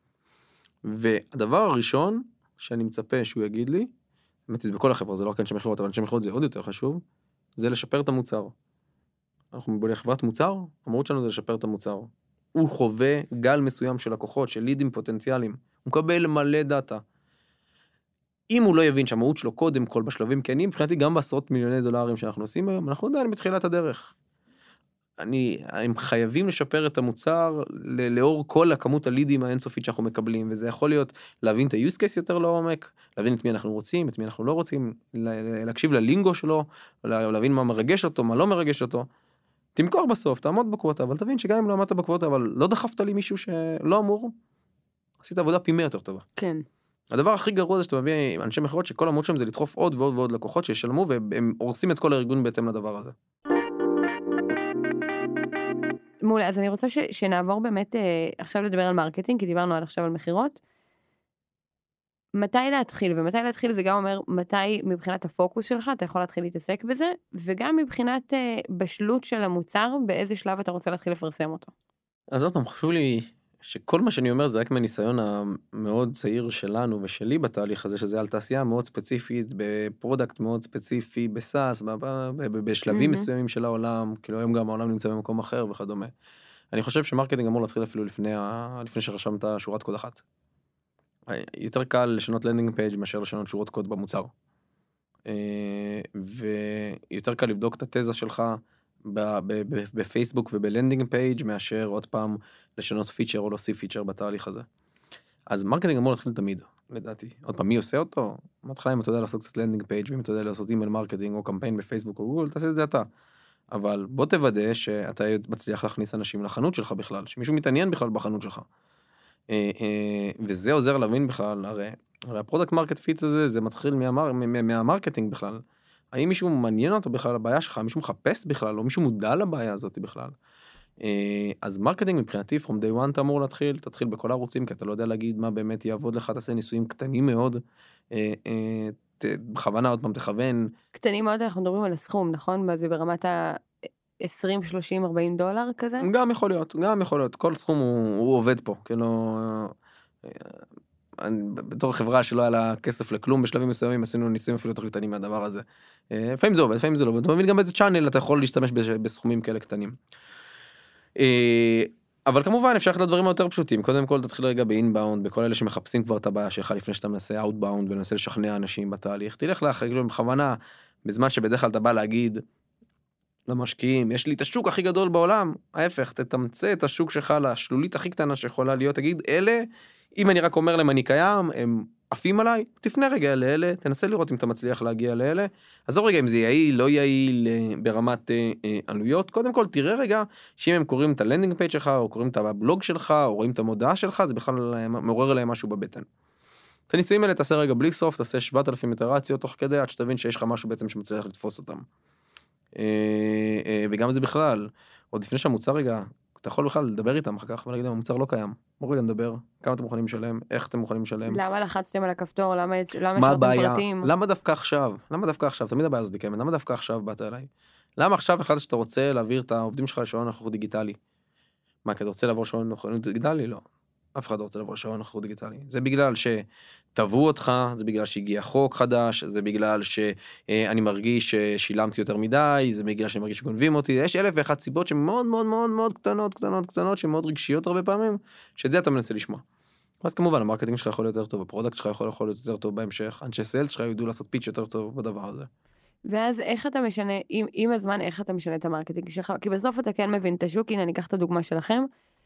והדבר הראשון שאני מצפה שהוא יגיד לי, באמת זה בכל החברה, זה לא רק אנשי מחירות, אבל אנשי מחירות זה עוד יותר חשוב, זה לשפר את המוצר. אנחנו בונים חברת מוצר, המהות שלנו זה לשפר את המוצר. הוא חווה גל מסוים של לקוחות, של לידים פוטנציאליים, הוא מקבל מלא דאטה. אם הוא לא יבין שהמהות שלו קודם כל בשלבים, כי אני מבחינתי גם בעשרות מיליוני דולרים שאנחנו עושים היום, אנחנו עדיין בתחילת הדרך. אני, הם חייבים לשפר את המוצר לאור כל הכמות הלידים האינסופית שאנחנו מקבלים, וזה יכול להיות להבין את ה-use case יותר לעומק, להבין את מי אנחנו רוצים, את מי אנחנו לא רוצים, להקשיב ללינגו שלו, להבין מה מרגש אותו, מה לא מרגש אותו. תמכור בסוף, תעמוד בקווטה, אבל תבין שגם אם לא עמדת בקווטה, אבל לא דחפת לי מישהו שלא אמור, עשית עבודה פי מאה יותר טובה. כן. הדבר הכי גרוע זה שאתה מביא אנשי מחירות שכל המהות שלהם זה לדחוף עוד ועוד ועוד לקוחות שישלמו, והם הורסים את כל הארגון בהתאם לדבר הזה. מעולה, אז אני רוצה ש, שנעבור באמת אה, עכשיו לדבר על מרקטינג, כי דיברנו עד עכשיו על מחירות. מתי להתחיל, ומתי להתחיל זה גם אומר מתי מבחינת הפוקוס שלך, אתה יכול להתחיל להתעסק בזה, וגם מבחינת אה, בשלות של המוצר, באיזה שלב אתה רוצה להתחיל לפרסם אותו. אז עוד פעם, חשוב לי שכל מה שאני אומר זה רק מהניסיון המאוד צעיר שלנו ושלי בתהליך הזה, שזה על תעשייה מאוד ספציפית, בפרודקט מאוד ספציפי, בסאס, בשלבים mm-hmm. מסוימים של העולם, כאילו היום גם העולם נמצא במקום אחר וכדומה. אני חושב שמרקטינג אמור להתחיל אפילו לפני, לפני שרשמת שורת קוד אחת. יותר קל לשנות לנדינג פייג' מאשר לשנות שורות קוד במוצר. ויותר קל לבדוק את התזה שלך בפייסבוק ובלנדינג פייג' מאשר עוד פעם לשנות פיצ'ר או להוסיף פיצ'ר בתהליך הזה. אז מרקטינג אמור להתחיל תמיד, לדעתי. עוד פעם, מי עושה אותו? מתחילה אם אתה יודע לעשות קצת לנדינג פייג' ואם אתה יודע לעשות אימייל מרקטינג או קמפיין בפייסבוק או גוגל, תעשה את זה אתה. אבל בוא תוודא שאתה מצליח להכניס אנשים לחנות שלך בכלל, שמישהו מתעניין בכלל בחנות שלך. וזה עוזר להבין בכלל, הרי, הרי הפרודקט מרקט פיט הזה, זה מתחיל מהמר, מהמרקטינג בכלל. האם מישהו מעניין אותו בכלל לבעיה שלך, מישהו מחפש בכלל, או מישהו מודע לבעיה הזאת בכלל. אז מרקטינג מבחינתי, from day one אתה אמור להתחיל, תתחיל בכל הערוצים, כי אתה לא יודע להגיד מה באמת יעבוד לך, תעשה ניסויים קטנים מאוד, בכוונה עוד פעם תכוון. קטנים מאוד, אנחנו מדברים על הסכום, נכון? מה זה ברמת ה-עשרים, שלושים, ארבעים דולר כזה? גם יכול להיות, גם יכול להיות, כל סכום הוא, הוא עובד פה, כאילו, בתור חברה שלא היה לה כסף לכלום, בשלבים מסוימים עשינו ניסויים אפילו יותר קטנים מהדבר הזה. לפעמים זה עובד, לפעמים זה לא עובד, אתה מבין גם באיזה צ'אנל אתה יכול להשתמש בסכומים כאלה קטנים. אבל כמובן אפשר ללכת לדברים היותר פשוטים, קודם כל תתחיל רגע באינבאונד, בכל אלה שמחפשים כבר את הבעיה שלך לפני שאתה מנסה אאוטבאונד ומנסה לשכנע אנשים בתהליך, תלך לך בכוונה, בזמן שבדרך כלל אתה בא להגיד, למשקיעים, יש לי את השוק הכי גדול בעולם, ההפך, תתמצא את השוק שלך לשלולית הכי קטנה שיכולה להיות, תגיד, אלה, אם אני רק אומר להם אני קיים, הם עפים עליי, תפנה רגע לאלה, תנסה לראות אם אתה מצליח להגיע לאלה, אז לא רגע אם זה יעיל, לא יעיל, ברמת אה, אה, עלויות, קודם כל תראה רגע, שאם הם קוראים את הלנדינג פייג' שלך, או קוראים את הבלוג שלך, או רואים את המודעה שלך, זה בכלל מעורר להם משהו בבטן. את הניסויים האלה תעשה רגע בלי סוף, תעשה שבעת אלפים איטרציות תוך כדי, עד שתבין שיש לך משהו בעצם שמצליח לתפוס אותם. וגם זה בכלל, עוד לפני שהמוצר רגע, אתה יכול בכלל לדבר איתם אחר כך ולהגיד, המוצר לא קיים. בואו רגע נדבר, כמה אתם מוכנים לשלם, איך אתם מוכנים לשלם. למה לחצתם על הכפתור, למה מה הבעיה? למה דווקא עכשיו? למה דווקא עכשיו? תמיד הבעיה הזאת קיימת, למה דווקא עכשיו באת אליי? למה עכשיו החלטת שאתה רוצה להעביר את העובדים שלך לשעון נוכחות דיגיטלי? מה, כי אתה רוצה לעבור שעון נוכחות דיגיטלי? לא. אף אחד לא רוצה לעבור שעון נוכחות דיגיטלי. זה בגלל שטבעו אותך, זה בגלל שהגיע חוק חדש, זה בגלל שאני מרגיש ששילמתי יותר מדי, זה בגלל שאני מרגיש שגונבים אותי. יש אלף ואחת סיבות שהן מאוד מאוד מאוד מאוד קטנות, קטנות, קטנות, שהן מאוד רגשיות הרבה פעמים, שאת זה אתה מנסה לשמוע. אז כמובן, המרקטינג שלך יכול להיות יותר טוב, הפרודקט שלך יכול, יכול להיות יותר טוב בהמשך, אנשי סיילס שלך ידעו לעשות פיץ' יותר טוב בדבר הזה. ואז איך אתה משנה, עם, עם הזמן, איך אתה משנה את המרקטינג שלך? כי בסוף אתה כן מבין את השוק, הנה אני אקח את הדוגמה שלכם.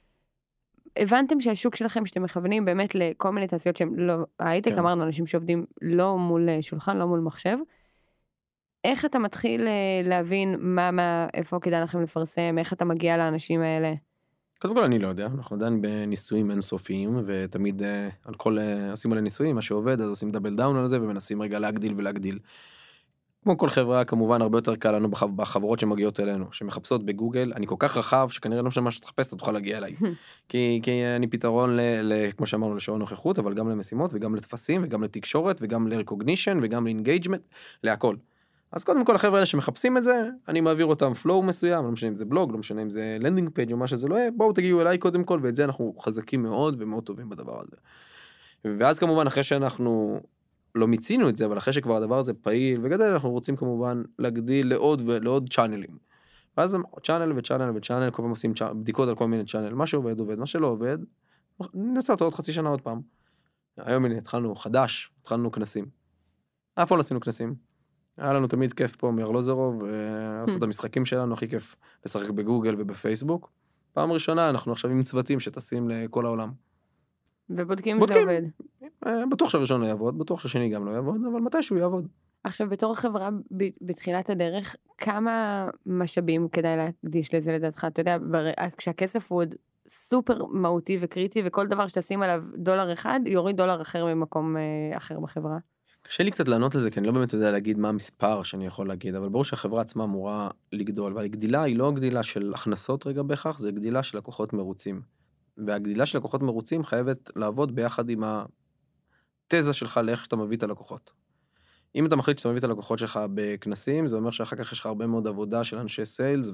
הבנתם שהשוק שלכם שאתם מכוונים באמת לכל מיני תעשיות שהם לא, הייטק כן. אמרנו אנשים שעובדים לא מול שולחן, לא מול מחשב. איך אתה מתחיל להבין מה, מה, איפה כדאי לכם לפרסם, איך אתה מגיע לאנשים האלה? קודם כל אני לא יודע, אנחנו עדיין בניסויים אינסופיים, ותמיד על כל, עושים על הניסויים, מה שעובד, אז עושים דאבל דאון על זה, ומנסים רגע להגדיל ולהגדיל. כמו כל חברה, כמובן, הרבה יותר קל לנו בחברות שמגיעות אלינו, שמחפשות בגוגל, אני כל כך רחב, שכנראה לא משנה מה שתחפש, אתה תוכל להגיע אליי. כי, כי אני פתרון, ל, ל, כמו שאמרנו, לשעון נוכחות, אבל גם למשימות, וגם לתפסים, וגם לתקשורת, וגם ל-recognition, וגם ל-engagement, להכל. אז קודם כל, החבר'ה האלה שמחפשים את זה, אני מעביר אותם flow מסוים, לא משנה אם זה בלוג, לא משנה אם זה landing page, או מה שזה לא יהיה, בואו תגיעו אליי קודם כל, ואת זה אנחנו חזקים מאוד, ומאוד טובים בדבר הזה. ואז כמובן, אחרי שאנחנו לא מיצינו את זה, אבל אחרי שכבר הדבר הזה פעיל וגדל, אנחנו רוצים כמובן להגדיל לעוד ולעוד צ'אנלים. ואז צ'אנל וצ'אנל וצ'אנל, כל פעם עושים בדיקות על כל מיני צ'אנל, מה שעובד עובד, מה שלא עובד, נעשה אותו עוד חצי שנה עוד פעם. היום הנה, התחלנו חדש, התחלנו כנסים. אף פעם לא עשינו כנסים. היה לנו תמיד כיף פה מארלוזרוב, ועשו את המשחקים שלנו, הכי כיף לשחק בגוגל ובפייסבוק. פעם ראשונה, אנחנו עכשיו עם צוותים שטסים לכל העולם. ובודקים אם זה עובד. בטוח שהראשון לא יעבוד, בטוח שהשני גם לא יעבוד, אבל מתישהו יעבוד. עכשיו, בתור חברה בתחילת הדרך, כמה משאבים כדאי להקדיש לזה לדעתך? אתה יודע, כשהכסף הוא עוד סופר מהותי וקריטי, וכל דבר שתשים עליו דולר אחד, יוריד דולר אחר ממקום אחר בחברה. קשה לי קצת לענות לזה, כי אני לא באמת יודע להגיד מה המספר שאני יכול להגיד, אבל ברור שהחברה עצמה אמורה לגדול, והגדילה היא לא גדילה של הכנסות רגע בכך, זה גדילה של לקוחות מרוצים. והגדילה של לקוחות מרוצים חייבת לעבוד ביחד עם התזה שלך לאיך שאתה מביא את הלקוחות. אם אתה מחליט שאתה מביא את הלקוחות שלך בכנסים, זה אומר שאחר כך יש לך הרבה מאוד עבודה של אנשי סיילס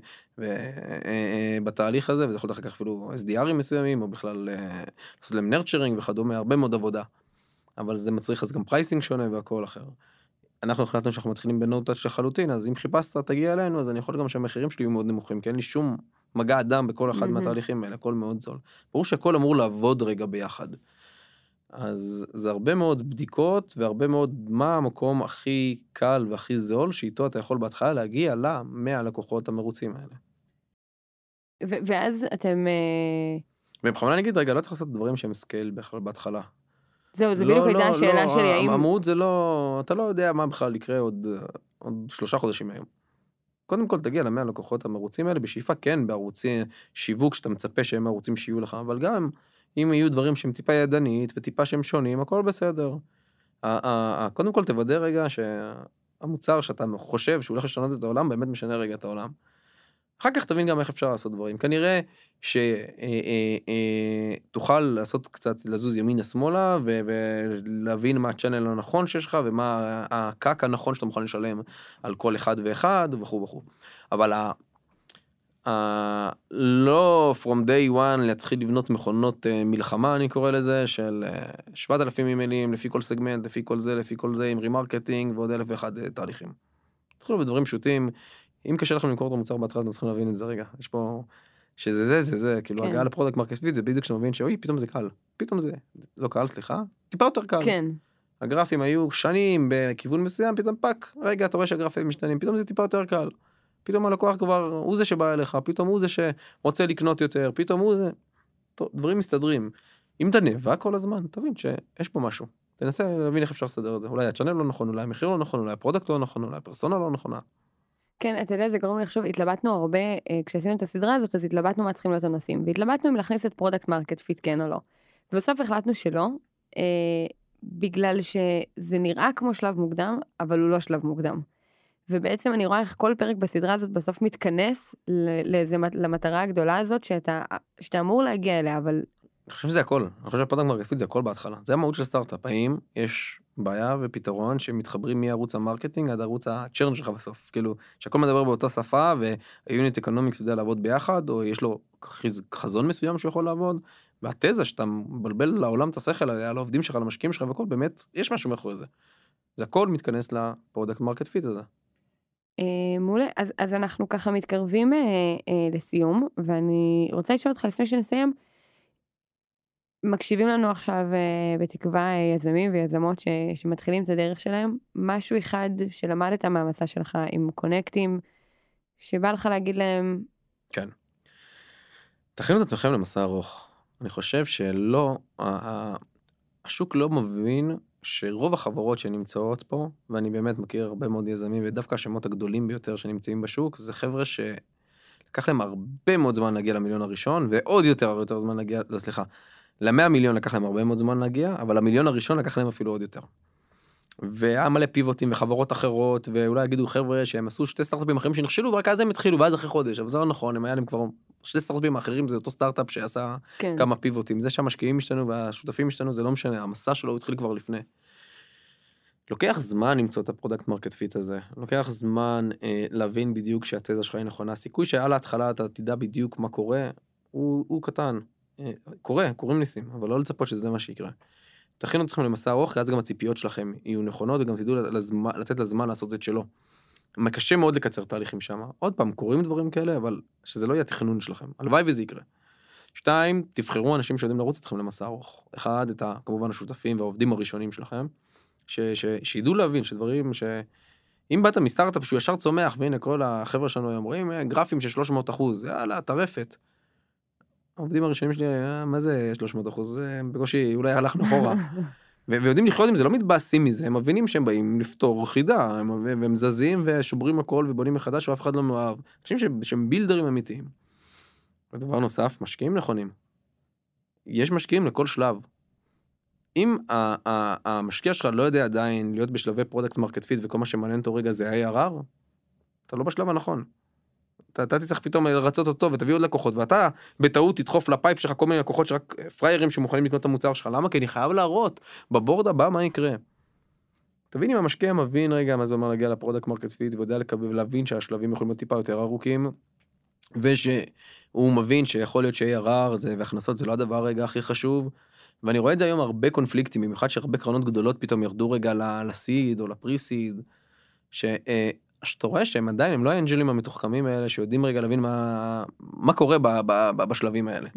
ובתהליך הזה, וזה יכול להיות אחר כך אפילו אס די ארים מסוימים, או בכלל לעשות להם נרצ'רינג וכדומה, הרבה מאוד עבודה. אבל זה מצריך אז גם פרייסינג שונה והכל אחר. אנחנו החלטנו שאנחנו מתחילים בנוטאץ' לחלוטין, אז אם חיפשת, תגיע אלינו, אז אני יכול גם שהמחירים שלי יהיו מאוד נמוכים, כי אין לי שום מגע אדם בכל אחד מהתהליכים האלה, הכל מאוד זול. ברור שהכל אמור לעבוד רגע ביחד. אז זה הרבה מאוד בדיקות, והרבה מאוד מה המקום הכי קל והכי זול, שאיתו אתה יכול בהתחלה להגיע לה מהלקוחות המרוצים האלה. ואז אתם... ובכוונה נגיד, רגע, לא צריך לעשות דברים שהם סקייל בכלל בהתחלה. זהו, זה בדיוק הייתה השאלה שלי, האם... המהות זה לא... אתה לא יודע מה בכלל יקרה עוד שלושה חודשים מהיום. קודם כל תגיע למאה הלקוחות המרוצים האלה, בשאיפה כן, בערוצי שיווק, שאתה מצפה שהם ערוצים שיהיו לך, אבל גם אם יהיו דברים שהם טיפה ידנית, וטיפה שהם שונים, הכל בסדר. קודם כל תוודא רגע שהמוצר שאתה חושב שהוא הולך לשנות את העולם, באמת משנה רגע את העולם. אחר כך תבין גם איך אפשר לעשות דברים. כנראה שתוכל לעשות קצת, לזוז ימינה שמאלה, ולהבין מה הצ'אנל הנכון שיש לך, ומה הקק הנכון שאתה מוכן לשלם על כל אחד ואחד, וכו' וכו'. אבל לא from day one להתחיל לבנות מכונות מלחמה, אני קורא לזה, של שבעת אלפים אימיילים, לפי כל סגמנט, לפי כל זה, לפי כל זה, עם רימרקטינג, ועוד אלף ואחד תהליכים. תתחילו בדברים פשוטים. אם קשה לכם למכור את המוצר בהתחלה, אתם צריכים להבין את זה רגע. יש פה, שזה זה, זה, זה, כאילו, הגעה לפרודקט מרקט פיט, זה בדיוק כשאתה מבין שאוי, פתאום זה קל. פתאום זה, לא קל, סליחה, טיפה יותר קל. כן. הגרפים היו שנים בכיוון מסוים, פתאום פק, רגע, אתה רואה שהגרפים משתנים, פתאום זה טיפה יותר קל. פתאום הלקוח כבר, הוא זה שבא אליך, פתאום הוא זה שרוצה לקנות יותר, פתאום הוא זה, טוב, דברים מסתדרים. אם אתה נאבק כל הזמן, תבין שיש פה משהו. תנסה להבין איך אפשר לסדר את זה. אולי הצ'אנל לא נכון, אולי המחיר לא נכון, אולי הפרודקט לא נכון, אולי הפרסונה לא נכונה. כן, אתה יודע, זה גורם לי לחשוב, התלבטנו הרבה, כשעשינו את הסדרה הזאת, אז התלבטנו מה צריכים להיות הנושאים, והתלבטנו אם להכניס את פרודקט מרקט פיט כן או לא. ובסוף החלטנו שלא, אה, בגלל שזה נראה כמו שלב מוקדם, אבל הוא לא שלב מוקדם. ובעצם אני רואה איך כל פרק בסדרה הזאת בסוף מתכנס לאיזה, למטרה הגדולה הזאת, שאתה, שאתה אמור להגיע אליה, אבל... אני חושב שזה הכל, אני חושב שהפרודקט מרקט פיט זה הכל בהתחלה. זה המהות של סטארט-אפ, האם יש בעיה ופתרון שמתחברים מערוץ המרקטינג עד ערוץ הצ'רן שלך בסוף, כאילו שהכל מדבר באותה שפה והיוניט אקונומיקס יודע לעבוד ביחד, או יש לו חזון מסוים שהוא יכול לעבוד, והתזה שאתה מבלבל לעולם את השכל עליה, לעובדים שלך, למשקיעים שלך וכל, באמת יש משהו מאחורי זה. זה הכל מתכנס לפרודקט מרקט פיט הזה. מעולה, אז, אז אנחנו ככה מתקרבים אה, אה, לסיום, ואני רוצה לשאול אותך לפני שנסיים, מקשיבים לנו עכשיו בתקווה יזמים ויזמות ש, שמתחילים את הדרך שלהם, משהו אחד שלמדת מהמסע שלך עם קונקטים, שבא לך להגיד להם... כן. תכינו את עצמכם למסע ארוך. אני חושב שלא, השוק לא מבין שרוב החברות שנמצאות פה, ואני באמת מכיר הרבה מאוד יזמים, ודווקא השמות הגדולים ביותר שנמצאים בשוק, זה חבר'ה שלקח להם הרבה מאוד זמן להגיע למיליון הראשון, ועוד יותר יותר זמן להגיע, לא סליחה, למאה מיליון לקח להם הרבה מאוד זמן להגיע, אבל למיליון הראשון לקח להם אפילו עוד יותר. והיה מלא פיבוטים וחברות אחרות, ואולי יגידו חבר'ה שהם עשו שתי סטארט-אפים אחרים שנכשלו, ורק אז הם התחילו, ואז אחרי חודש, אבל זה לא נכון, הם היה להם כבר שתי סטארט-אפים האחרים, זה אותו סטארט-אפ שעשה כן. כמה פיבוטים, זה שהמשקיעים משתנו והשותפים משתנו, זה לא משנה, המסע שלו התחיל כבר לפני. לוקח זמן למצוא את הפרודקט מרקט פיט הזה, לוקח זמן אה, להבין בדיוק שהתזה שלך היא נכונה, הסיכוי שעל ההתחלה אתה תדע בדיוק מה קורה, הוא, הוא קטן. קורה, קוראים ניסים, אבל לא לצפות שזה מה שיקרה. תכינו אתכם למסע ארוך, כי אז גם הציפיות שלכם יהיו נכונות, וגם תדעו לזמן, לתת לזמן לעשות את שלו. קשה מאוד לקצר תהליכים שם. עוד פעם, קוראים דברים כאלה, אבל שזה לא יהיה תכנון שלכם. הלוואי וזה יקרה. שתיים, תבחרו אנשים שיודעים לרוץ אתכם למסע ארוך. אחד, את ה, כמובן השותפים והעובדים הראשונים שלכם, ש, ש, שידעו להבין שדברים ש... אם באת מסטארט-אפ שהוא ישר צומח, והנה כל החבר'ה שלנו היום רואים גרפים של שלוש מאות אחוז, יאללה, טרפת. העובדים הראשונים שלי, מה זה שלוש מאות אחוז? זה בקושי, אולי הלכנו אחורה. ויודעים לחיות עם זה, לא מתבאסים מזה, הם מבינים שהם באים לפתור חידה, הם מזזים ושוברים הכל ובונים מחדש, ואף אחד לא מאוהב. אנשים שהם בילדרים אמיתיים. ודבר נוסף, משקיעים נכונים. יש משקיעים לכל שלב. אם המשקיע שלך לא יודע עדיין להיות בשלבי פרודקט מרקט פיט, וכל מה שמעניין אותו רגע זה איי אר אר, אתה לא בשלב הנכון. אתה, אתה תצטרך פתאום לרצות אותו ותביא עוד לקוחות, ואתה בטעות תדחוף לפייפ שלך כל מיני לקוחות שרק פריירים שמוכנים לקנות את המוצר שלך. למה? כי אני חייב להראות בבורד הבא מה יקרה. תבין אם המשקיע מבין רגע מה זה אומר להגיע לפרודקט מרקט פיט, ויודע לקבל, להבין שהשלבים יכולים להיות טיפה יותר ארוכים, ושהוא מבין שיכול להיות ש-איי אר אר זה, והכנסות זה לא הדבר רגע הכי חשוב, ואני רואה את זה היום הרבה קונפליקטים, במיוחד שהרבה קרנות גדולות פתאום ירדו רגע לסיד או לפרי-סיד, ש... שאתה רואה שהם עדיין, הם לא האנג'לים המתוחכמים האלה, שיודעים רגע להבין מה, מה קורה ב, ב, ב, בשלבים האלה.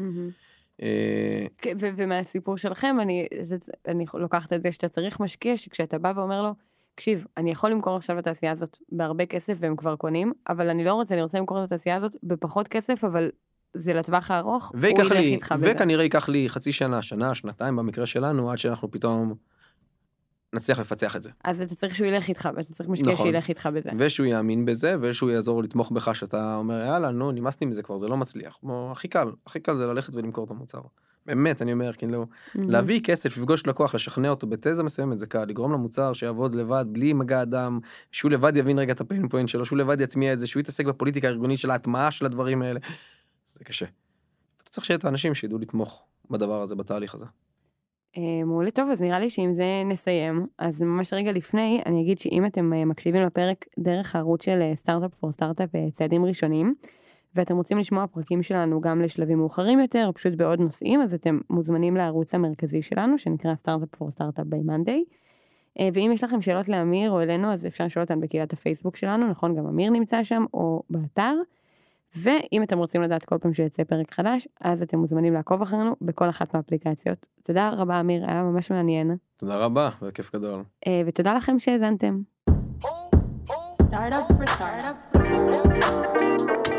ומהסיפור שלכם, אני, אני לוקחת את זה שאתה צריך משקיע, שכשאתה בא ואומר לו, תקשיב, אני יכול למכור עכשיו את התעשייה הזאת בהרבה כסף, והם כבר קונים, אבל אני לא רוצה, אני רוצה למכור את התעשייה הזאת בפחות כסף, אבל זה לטווח הארוך, הוא ילך איתך בזה. וכנראה ייקח לי חצי שנה, שנה, שנתיים במקרה שלנו, עד שאנחנו פתאום נצליח לפצח את זה. אז אתה צריך שהוא ילך איתך, ואתה צריך משקיע נכון. שילך איתך בזה. ושהוא יאמין בזה, ושהוא יעזור לתמוך בך, שאתה אומר, יאללה, נו, נמאסתי מזה כבר, זה לא מצליח. כמו, הכי קל, הכי קל זה ללכת ולמכור את המוצר. באמת, אני אומר, כאילו, mm-hmm. להביא כסף, לפגוש לקוח, לשכנע אותו בתזה מסוימת, זה קל, לגרום למוצר שיעבוד לבד, בלי מגע אדם, שהוא לבד יבין רגע את הפיין פוינט שלו, שהוא לבד יטמיע את זה, שהוא יתעסק בפוליטיקה הארגונית של ההטמעה של הדברים האלה. זה קשה. אתה צריך שיהיה את האנשים שידעו לתמוך בדבר הזה, בתהליך הזה. מעולה טוב, אז נראה לי שאם זה נסיים, אז ממש רגע לפני, אני אגיד שאם אתם מקשיבים לפרק דרך הערוץ של סטארט-אפ פור סטארט-אפ צעדים ראשונים, ואתם רוצים לשמוע פרקים שלנו גם לשלבים מאוחרים יותר, או פשוט בעוד נושאים, אז אתם מוזמנים לערוץ המרכזי שלנו, שנקרא סטארט-אפ פור סטארט-אפ by Monday. ואם יש לכם שאלות לאמיר או אלינו, אז אפשר לשאול אותן בקהילת הפייסבוק שלנו, נכון, גם אמיר נמצא שם, או באתר. ואם אתם רוצים לדעת כל פעם שיצא פרק חדש, אז אתם מוזמנים לעקוב אחרינו בכל אחת מהאפליקציות. תודה רבה אמיר, היה ממש מעניין. תודה רבה, וכיף גדול. ותודה לכם שהאזנתם. Startup for startup for startup.